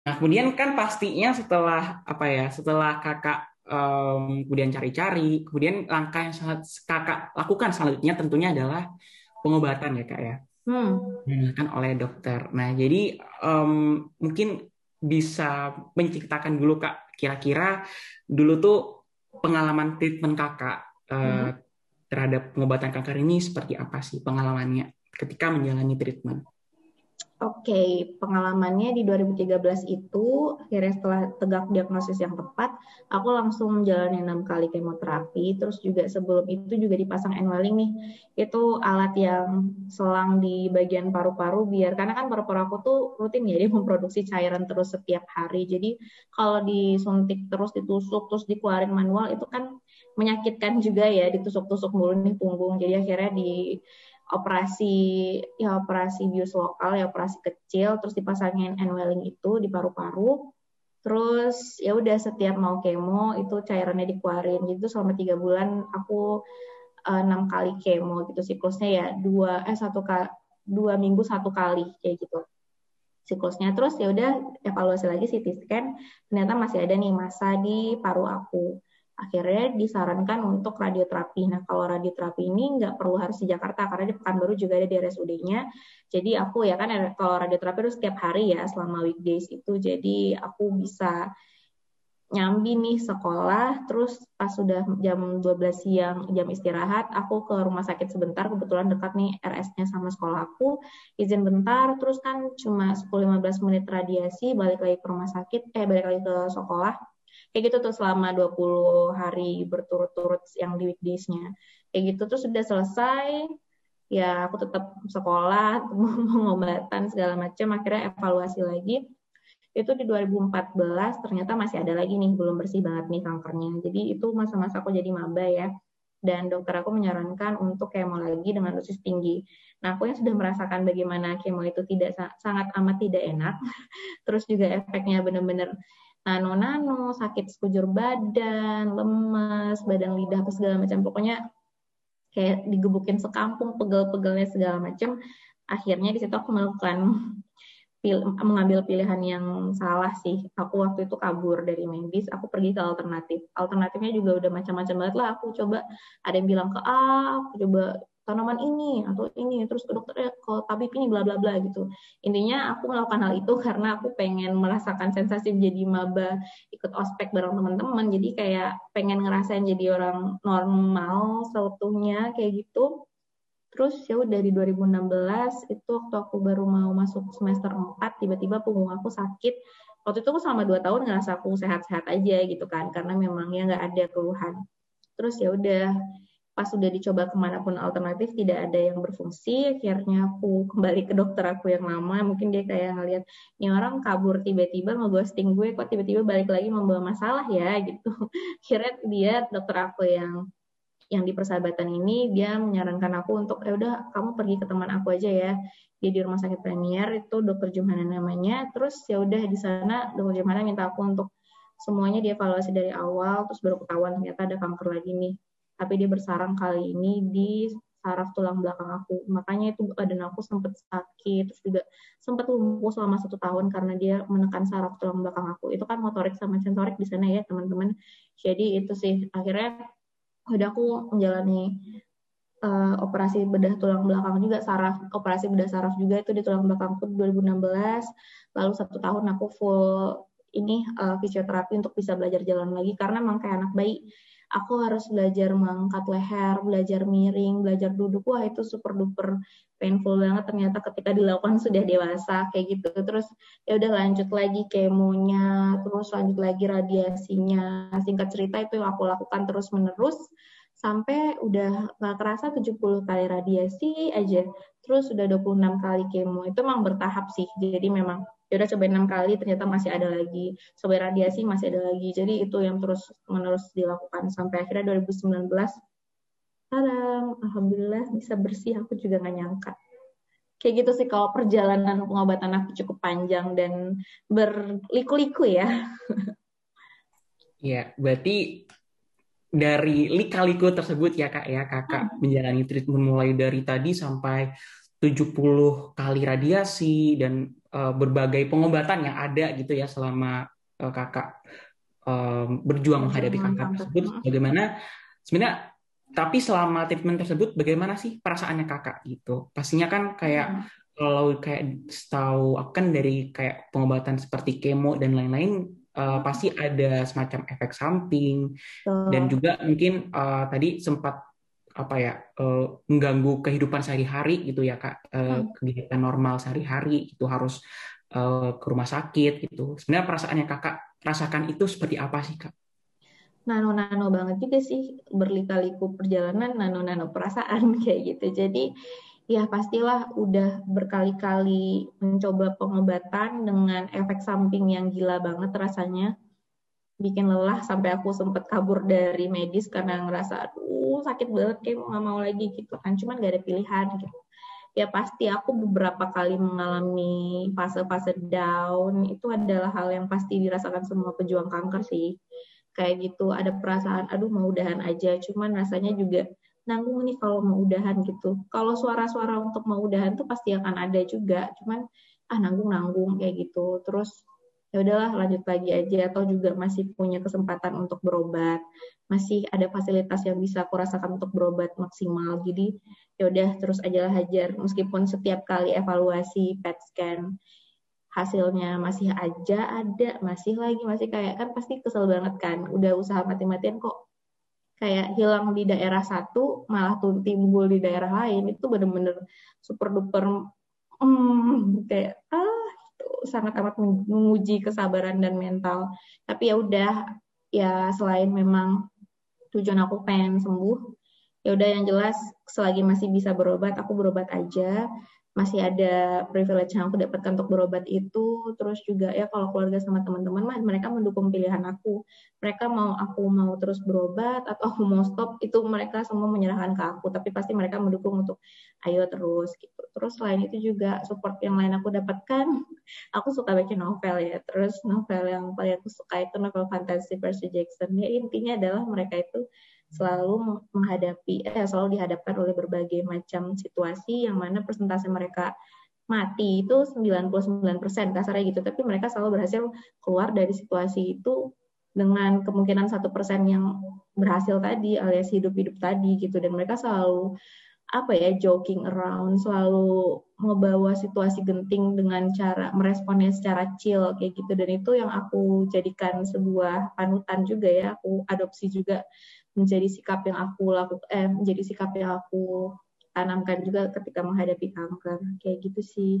Nah, kemudian kan pastinya setelah apa ya, setelah kakak kemudian cari-cari, kemudian langkah yang sangat kakak lakukan selanjutnya tentunya adalah pengobatan ya kak ya, Hmm. kan oleh dokter. Nah, jadi em, mungkin bisa menceritakan dulu kak, kira-kira dulu tuh pengalaman treatment kakak eh, Hmm. terhadap pengobatan kanker ini seperti apa sih pengalamannya ketika menjalani treatment? Oke, pengalamannya di 2013 itu, akhirnya setelah tegak diagnosis yang tepat, aku langsung menjalani 6 kali kemoterapi, terus juga sebelum itu juga dipasang Enwelling nih. Itu alat yang selang di bagian paru-paru biar, karena kan paru-paru aku tuh rutin ya, dia memproduksi cairan terus setiap hari. Jadi kalau disuntik terus, ditusuk, terus dikeluarin manual, itu kan menyakitkan juga ya, ditusuk-tusuk mulu nih punggung. Jadi akhirnya di operasi operasi bius lokal ya operasi kecil terus dipasangin Enwelling itu di paru-paru terus ya udah setiap mau kemo itu cairannya dikeluarin gitu selama 3 bulan aku 6 kali kemo gitu siklusnya ya 2 minggu 1 kali kayak gitu siklusnya terus ya udah evaluasi lagi CT scan ternyata masih ada nih massa di paru aku akhirnya disarankan untuk radioterapi. Nah kalau radioterapi ini nggak perlu harus di Jakarta karena di Pekanbaru juga ada di RSUD-nya. Jadi aku ya kan kalau radioterapi itu setiap hari ya selama weekdays itu jadi aku bisa nyambi nih sekolah, terus pas sudah jam 12 siang, jam istirahat, aku ke rumah sakit sebentar, kebetulan dekat nih RS-nya sama sekolah aku, izin bentar, terus kan cuma 10-15 menit radiasi, balik lagi ke rumah sakit, balik lagi ke sekolah, kayak gitu tuh selama 20 hari berturut-turut yang di weekdays-nya. Kayak gitu tuh sudah selesai, ya aku tetap sekolah, pengobatan segala macam, akhirnya evaluasi lagi, itu di 2014 ternyata masih ada lagi nih belum bersih banget nih kankernya. Jadi itu masa-masa aku jadi maba ya. Dan dokter aku menyarankan untuk kemo lagi dengan dosis tinggi. Nah, aku yang sudah merasakan bagaimana kemo itu tidak sangat amat tidak enak, terus juga efeknya benar-benar nano-nano, sakit sekujur badan, lemas, badan lidah, apa segala macam. Pokoknya kayak digebukin sekampung, pegel-pegelnya segala macam. Akhirnya di situ aku melakukan mengambil pilihan yang salah sih. Aku waktu itu kabur dari medis, aku pergi ke alternatif. Alternatifnya juga udah macam-macam banget lah. Aku coba ada yang bilang ke A, aku coba tanaman ini atau ini, terus ke dokternya ke tabib ini bla bla bla gitu. Intinya aku melakukan hal itu karena aku pengen merasakan sensasi menjadi maba, ikut ospek bareng teman-teman. Jadi kayak pengen ngerasain jadi orang normal seutuhnya kayak gitu. Terus ya udah di 2016 itu waktu aku baru mau masuk semester 4 tiba-tiba punggung aku sakit. Waktu itu aku selama 2 tahun ngerasa aku sehat-sehat aja gitu kan karena memang ya nggak ada keluhan. Terus ya udah pas udah dicoba kemanapun alternatif tidak ada yang berfungsi akhirnya aku kembali ke dokter aku yang lama mungkin dia kayak ngeliat ini orang kabur tiba-tiba ngeghosting gue kok tiba-tiba balik lagi membawa masalah ya gitu akhirnya dia dokter aku yang di persahabatan ini dia menyarankan aku untuk udah kamu pergi ke teman aku aja ya dia di rumah sakit Premier itu dokter Jumhana namanya terus ya udah di sana dokter Jumhana minta aku untuk semuanya dievaluasi dari awal terus baru ketahuan ternyata ada kanker lagi nih tapi dia bersarang kali ini di saraf tulang belakang aku makanya itu badan aku sempat sakit terus juga sempat lumpuh selama 1 tahun karena dia menekan saraf tulang belakang aku itu kan motorik sama sensorik di sana ya teman-teman jadi itu sih akhirnya udah aku menjalani operasi bedah tulang belakang juga saraf operasi bedah saraf juga itu di tulang belakangku 2016 lalu 1 tahun aku full ini fisioterapi untuk bisa belajar jalan lagi karena memang kayak anak bayi aku harus belajar mengangkat leher belajar miring belajar duduk wah itu super duper painful banget ternyata ketika dilakukan sudah dewasa kayak gitu terus ya udah lanjut lagi kemonya terus lanjut lagi radiasinya singkat cerita itu yang aku lakukan terus menerus sampai udah nggak kerasa 70 kali radiasi aja. Terus udah 26 kali kemo. Itu memang bertahap sih. Jadi memang ya udah cobain 6 kali ternyata masih ada lagi. Cobain radiasi masih ada lagi. Jadi itu yang terus menerus dilakukan sampai akhirnya 2019 tadam, alhamdulillah bisa bersih. Aku juga nggak nyangka. Kayak gitu sih kalau perjalanan pengobatan aku cukup panjang dan berliku-liku ya. Ya, berarti dari lika-liku tersebut ya kakak Hmm. menjalani treatment mulai dari tadi sampai 70 kali radiasi dan berbagai pengobatan yang ada gitu ya selama kakak berjuang berjuang menghadapi dengan kanker kanker. tersebut, bagaimana sebenarnya, tapi selama treatment tersebut bagaimana sih perasaannya kakak gitu? Pastinya kan kayak Hmm. kalau kayak setahu aku kan dari kayak pengobatan seperti kemo dan lain-lain pasti ada semacam efek samping dan Betul. juga mungkin tadi sempat apa ya mengganggu kehidupan sehari-hari gitu ya kak, Hmm. kegiatan normal sehari-hari itu harus ke rumah sakit gitu. Sebenarnya perasaan yang kakak rasakan itu seperti apa sih kak? Nano-nano banget juga sih, berlika-liku perjalanan, nano-nano perasaan kayak gitu. Jadi ya pastilah udah berkali-kali mencoba pengobatan dengan efek samping yang gila banget rasanya. Bikin lelah sampai aku sempet kabur dari medis karena ngerasa aduh sakit banget kayak nggak mau lagi gitu kan. Cuman gak ada pilihan gitu. Ya pasti aku beberapa kali mengalami fase-fase down, itu adalah hal yang pasti dirasakan semua pejuang kanker sih. Kayak gitu, ada perasaan aduh mau udahan aja, cuman rasanya juga nanggung nih kalau mau udahan gitu. Kalau suara-suara untuk mau udahan tuh pasti akan ada juga, cuman nanggung-nanggung kayak gitu. Terus ya udahlah lanjut lagi aja, atau juga masih punya kesempatan untuk berobat, masih ada fasilitas yang bisa aku rasakan untuk berobat maksimal. Jadi ya udah terus aja lah hajar, meskipun setiap kali evaluasi PET scan hasilnya masih aja ada, masih lagi, masih kayak kan pasti kesel banget kan, udah usaha mati-matian kok kayak hilang di daerah satu malah tuh timbul di daerah lain, itu bener-bener super duper kayak itu sangat amat menguji kesabaran dan mental. Tapi ya udah, ya selain memang tujuan aku pengen sembuh, ya udah yang jelas selagi masih bisa berobat aku berobat aja, masih ada privilege yang aku dapatkan untuk berobat itu. Terus juga ya kalau keluarga sama teman-teman mah mereka mendukung pilihan aku, mereka mau aku mau terus berobat atau aku mau stop, itu mereka semua menyerahkan ke aku, tapi pasti mereka mendukung untuk ayo terus gitu. Terus selain itu juga support yang lain aku dapatkan, aku suka baca novel ya, terus novel yang paling aku suka itu novel fantasi Percy Jackson. Ya intinya adalah mereka itu selalu selalu dihadapkan oleh berbagai macam situasi yang mana persentase mereka mati itu 99% kasarnya gitu, tapi mereka selalu berhasil keluar dari situasi itu dengan kemungkinan 1% yang berhasil tadi alias hidup-hidup tadi gitu. Dan mereka selalu apa ya, joking around, selalu membawa situasi genting dengan cara meresponnya secara chill kayak gitu. Dan itu yang aku jadikan sebuah panutan juga ya, aku adopsi juga menjadi sikap yang aku menjadi sikap yang aku tanamkan juga ketika menghadapi kanker kayak gitu sih.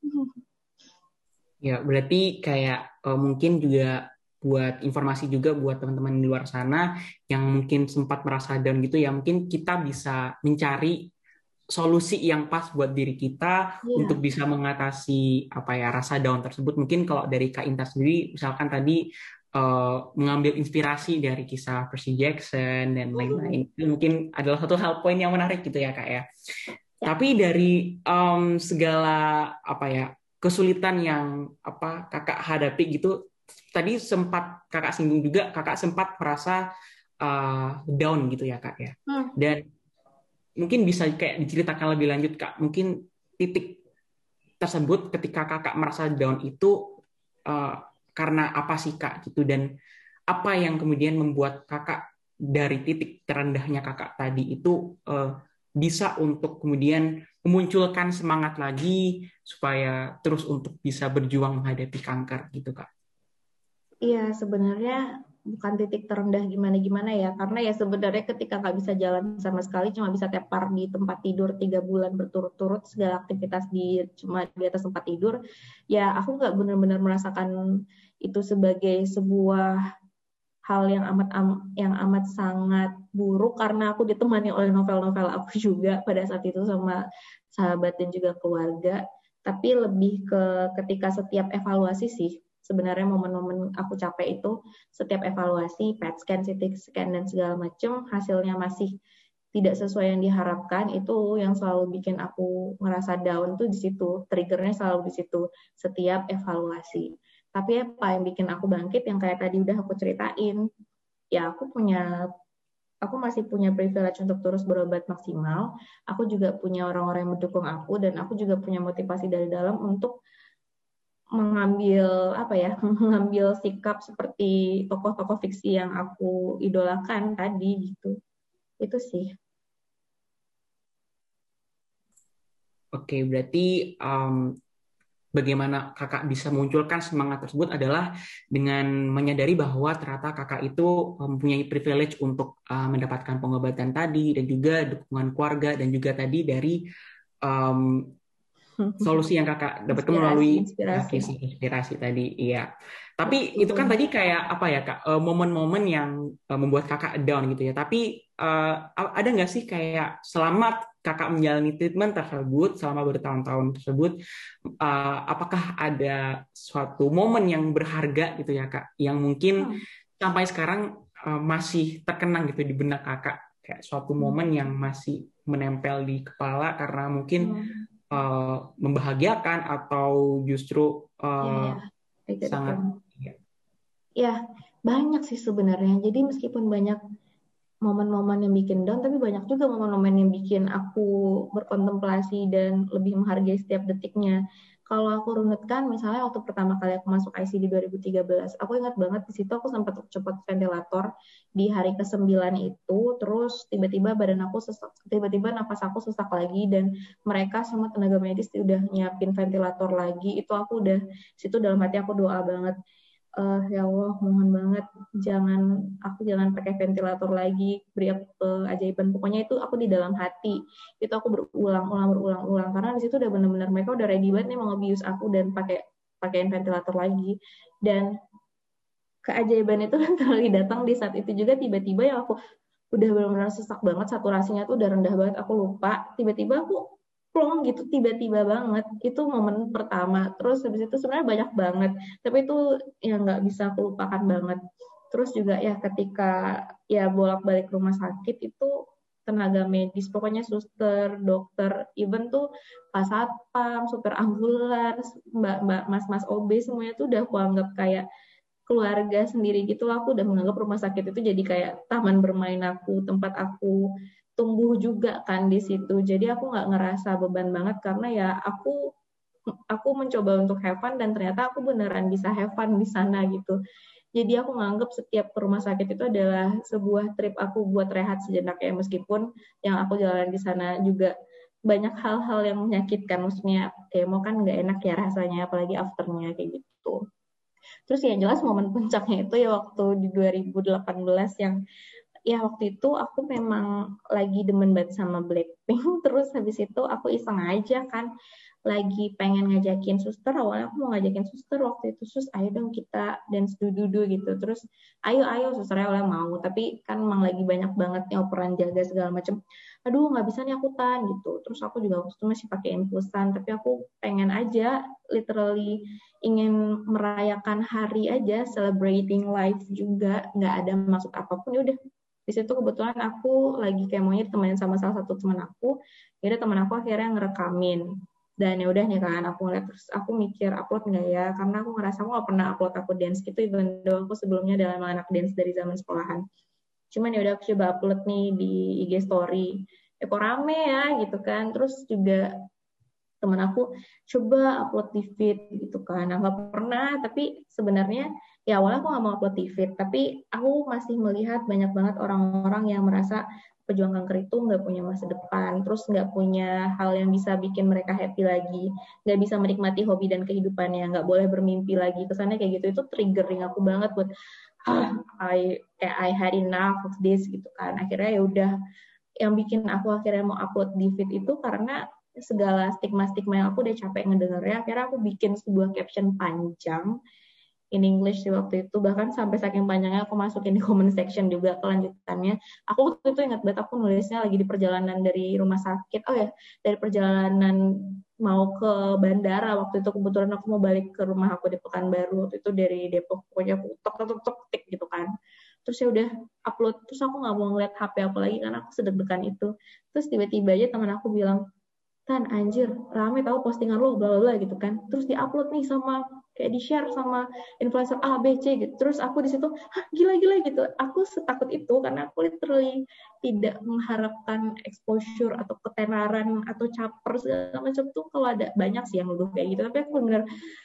Ya, berarti kayak mungkin juga buat informasi juga buat teman-teman di luar sana yang mungkin sempat merasa down gitu ya, mungkin kita bisa mencari solusi yang pas buat diri kita untuk Iya. bisa mengatasi apa ya rasa down tersebut. Mungkin kalau dari Kak Inta sendiri, misalkan tadi mengambil inspirasi dari kisah Percy Jackson dan lain-lain, itu mungkin adalah satu hal poin yang menarik gitu ya Kak ya. Ya. Tapi dari segala apa ya kesulitan yang apa kakak hadapi gitu, tadi sempat kakak singgung juga, kakak sempat merasa down gitu ya kak ya. Hmm. Dan mungkin bisa kayak diceritakan lebih lanjut kak, mungkin titik tersebut ketika kakak merasa down itu eh, karena apa sih kak gitu, dan apa yang kemudian membuat kakak dari titik terendahnya kakak tadi itu bisa untuk kemudian memunculkan semangat lagi supaya terus untuk bisa berjuang menghadapi kanker gitu kak. Iya, sebenarnya bukan titik terendah gimana-gimana ya, karena ya sebenarnya ketika nggak bisa jalan sama sekali, cuma bisa tepar di tempat tidur 3 bulan berturut-turut, segala aktivitas cuma di atas tempat tidur, ya aku nggak benar-benar merasakan itu sebagai sebuah hal yang amat sangat buruk, karena aku ditemani oleh novel-novel aku juga pada saat itu sama sahabat dan juga keluarga. Tapi lebih ke ketika setiap evaluasi sih, sebenarnya momen-momen aku capek itu setiap evaluasi PET scan, CT scan dan segala macam hasilnya masih tidak sesuai yang diharapkan, itu yang selalu bikin aku ngerasa down tuh di situ, triggernya selalu di situ setiap evaluasi. Tapi apa yang bikin aku bangkit yang kayak tadi udah aku ceritain, ya aku masih punya privilege untuk terus berobat maksimal. Aku juga punya orang-orang yang mendukung aku dan aku juga punya motivasi dari dalam untuk mengambil apa ya, mengambil sikap seperti tokoh-tokoh fiksi yang aku idolakan tadi gitu. Itu sih. Oke, berarti bagaimana kakak bisa munculkan semangat tersebut adalah dengan menyadari bahwa ternyata kakak itu mempunyai privilege untuk mendapatkan pengobatan tadi dan juga dukungan keluarga dan juga tadi dari um, solusi yang kakak dapatkan melalui Inspirasi. kisah inspirasi tadi, iya. Tapi itu kan Betul. tadi kayak apa ya kak, momen-momen yang membuat kakak down gitu ya. Tapi ada nggak sih kayak selama kakak menjalani treatment tersebut selama bertahun-tahun tersebut, apakah ada suatu momen yang berharga gitu ya kak, yang mungkin Hmm. sampai sekarang masih terkenang gitu di benak kakak, kayak suatu momen yang masih menempel di kepala karena mungkin Hmm. membahagiakan atau justru Ya, ya. I get the sangat point. ya. Ya, banyak sih sebenarnya. Jadi meskipun banyak momen-momen yang bikin down, tapi banyak juga momen-momen yang bikin aku berkontemplasi dan lebih menghargai setiap detiknya. Kalau aku runutkan, misalnya waktu pertama kali aku masuk ICU di 2013, aku ingat banget di situ aku sempat copot ventilator di hari ke-9 itu, terus tiba-tiba badan aku sesak, tiba-tiba napas aku sesak lagi, dan mereka semua tenaga medis udah nyiapin ventilator lagi, itu aku udah, situ dalam hati aku doa banget, ya Allah mohon banget jangan pakai ventilator lagi, beri aku keajaiban. Pokoknya itu aku di dalam hati itu aku berulang-ulang karena di situ udah benar-benar mereka udah ready banget nih mau ngebius aku dan pakaiin ventilator lagi. Dan keajaiban itu kali datang di saat itu juga, tiba-tiba ya aku udah benar-benar sesak banget, saturasinya tuh udah rendah banget, aku lupa, tiba-tiba aku plong gitu, tiba-tiba banget. Itu momen pertama. Terus habis itu sebenarnya banyak banget, tapi itu yang nggak bisa aku lupakan banget. Terus juga ya ketika ya bolak-balik rumah sakit itu, tenaga medis, pokoknya suster, dokter, even tuh pas satpam, supir ambulans, mbak-mbak, mas-mas OB, semuanya tuh udah aku anggap kayak keluarga sendiri gitu. Aku udah menganggap rumah sakit itu jadi kayak taman bermain aku, tempat aku tumbuh juga kan di situ. Jadi aku nggak ngerasa beban banget karena ya aku mencoba untuk have fun dan ternyata aku beneran bisa have fun di sana gitu. Jadi aku nganggap setiap ke rumah sakit itu adalah sebuah trip aku buat rehat sejenak ya, meskipun yang aku jalan di sana juga banyak hal-hal yang menyakitkan, maksudnya mau kan nggak enak ya rasanya, apalagi afternya kayak gitu. Terus yang jelas momen puncaknya itu ya waktu di 2018 yang ya waktu itu aku memang lagi demen banget sama Blackpink. Terus habis itu aku iseng aja kan, lagi pengen ngajakin suster, awalnya aku mau ngajakin suster waktu itu, sus ayo dong kita dance dudu gitu. Terus ayo susternya awalnya mau, tapi kan emang lagi banyak banget nih operan jaga segala macem, aduh nggak bisa nih aku tan gitu. Terus aku juga waktu itu masih pakai infusan, tapi aku pengen aja literally ingin merayakan hari aja, celebrating life juga, nggak ada maksud apapun. Ya udah, di situ kebetulan aku lagi kayak maunya ditemenin sama salah satu teman aku. Jadi teman aku akhirnya ngerekamin, dan ya udah nih kan aku ngeliat, terus aku mikir upload nggak ya, karena aku ngerasa aku nggak pernah upload aku dance gitu, even though aku sebelumnya adalah anak dance dari zaman sekolahan. Cuman ya udah aku coba upload nih di IG story, kok rame ya gitu kan. Terus juga teman aku coba upload di feed gitu kan, nah, nggak pernah. Tapi sebenarnya ya awalnya aku nggak mau upload di feed, tapi aku masih melihat banyak banget orang-orang yang merasa pejuang kanker itu nggak punya masa depan, terus nggak punya hal yang bisa bikin mereka happy lagi, nggak bisa menikmati hobi dan kehidupannya, nggak boleh bermimpi lagi kesannya kayak gitu. Itu triggering aku banget buat I had enough of this gitu kan. Akhirnya ya udah, yang bikin aku akhirnya mau upload di feed itu karena segala stigma-stigma yang aku udah capek ngedengernya. Akhirnya aku bikin sebuah caption panjang in English di waktu itu, bahkan sampai saking panjangnya aku masukin di comment section juga kelanjutannya. Aku waktu itu ingat banget aku nulisnya lagi di perjalanan dari rumah sakit, dari perjalanan mau ke bandara. Waktu itu kebetulan aku mau balik ke rumah aku di Pekanbaru, waktu itu dari Depok. Pokoknya aku tok tik gitu kan. Terus ya udah upload, terus aku nggak mau ngeliat HP aku lagi karena aku sedeg-degan itu. Terus tiba-tiba aja teman aku bilang, Tan, anjir, rame tahu postingan lo, bla bla gitu kan. Terus diupload nih sama, kayak di-share sama influencer A, B, C gitu. Terus aku di situ, gila gitu. Aku setakut itu karena aku literally tidak mengharapkan exposure atau ketenaran atau caper segala macam tuh. Kalau ada banyak sih yang nuduh kayak gitu, tapi aku benar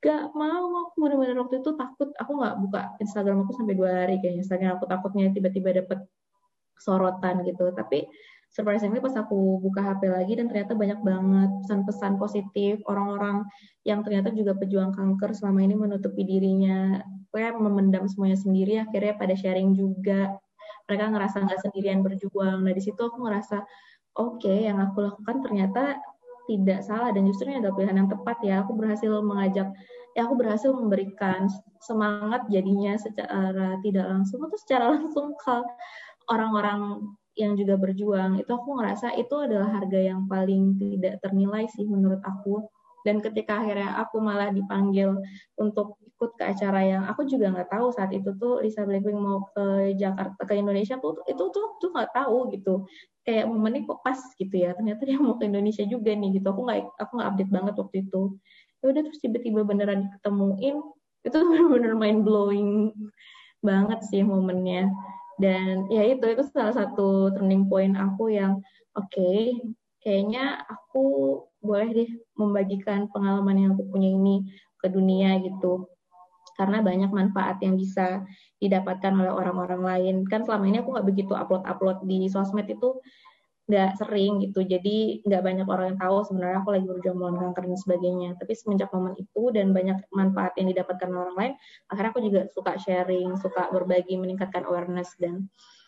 Gak mau, aku benar-benar waktu itu takut, aku nggak buka Instagram aku sampai 2 hari kayaknya, saking aku takutnya tiba-tiba dapet sorotan gitu. Tapi surprisingly pas aku buka HP lagi dan ternyata banyak banget pesan-pesan positif orang-orang yang ternyata juga pejuang kanker selama ini menutupi dirinya, kayak memendam semuanya sendiri, akhirnya pada sharing juga. Mereka ngerasa nggak sendirian berjuang. Nah di situ aku ngerasa oke, yang aku lakukan ternyata tidak salah dan justru ini adalah pilihan yang tepat ya. Aku berhasil mengajak, ya aku berhasil memberikan semangat jadinya secara tidak langsung atau secara langsung ke orang-orang yang juga berjuang. Itu aku ngerasa itu adalah harga yang paling tidak ternilai sih menurut aku. Dan ketika akhirnya aku malah dipanggil untuk ikut ke acara yang aku juga nggak tahu saat itu tuh Lisa Blackpink mau ke Jakarta, ke Indonesia tuh itu tuh nggak tahu gitu, kayak momennya kok pas gitu ya, ternyata dia mau ke Indonesia juga nih gitu, aku nggak update banget waktu itu. Ya udah terus tiba-tiba beneran diketemuin, itu bener-bener mind blowing banget sih momennya. Dan ya itu salah satu turning point aku yang oke, kayaknya aku boleh deh membagikan pengalaman yang aku punya ini ke dunia gitu, karena banyak manfaat yang bisa didapatkan oleh orang-orang lain. Kan selama ini aku nggak begitu upload-upload di sosmed, itu nggak sering gitu, jadi nggak banyak orang yang tahu sebenarnya aku lagi berjuang melawan kanker dan sebagainya. Tapi semenjak momen itu dan banyak manfaat yang didapatkan orang lain, akhirnya aku juga suka sharing, suka berbagi, meningkatkan awareness, dan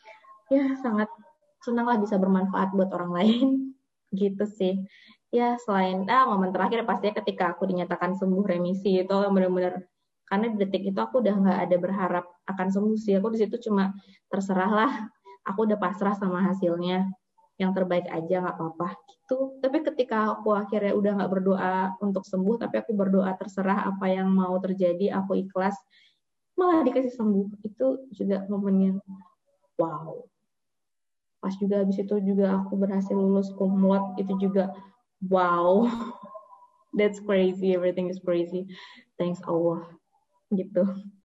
ya sangat senang lah bisa bermanfaat buat orang lain. Gitu sih. Ya selain momen terakhir pastinya ketika aku dinyatakan sembuh remisi, itu benar-benar, karena di detik itu aku udah nggak ada berharap akan sembuh sih. Aku di situ cuma terserah lah, aku udah pasrah sama hasilnya, yang terbaik aja nggak apa-apa gitu. Tapi ketika aku akhirnya udah nggak berdoa untuk sembuh, tapi aku berdoa terserah apa yang mau terjadi, aku ikhlas, malah dikasih sembuh. Itu juga momen yang wow. Pas juga habis itu juga aku berhasil lulus cum laude, itu juga wow. That's crazy, everything is crazy. Thanks Allah gitu.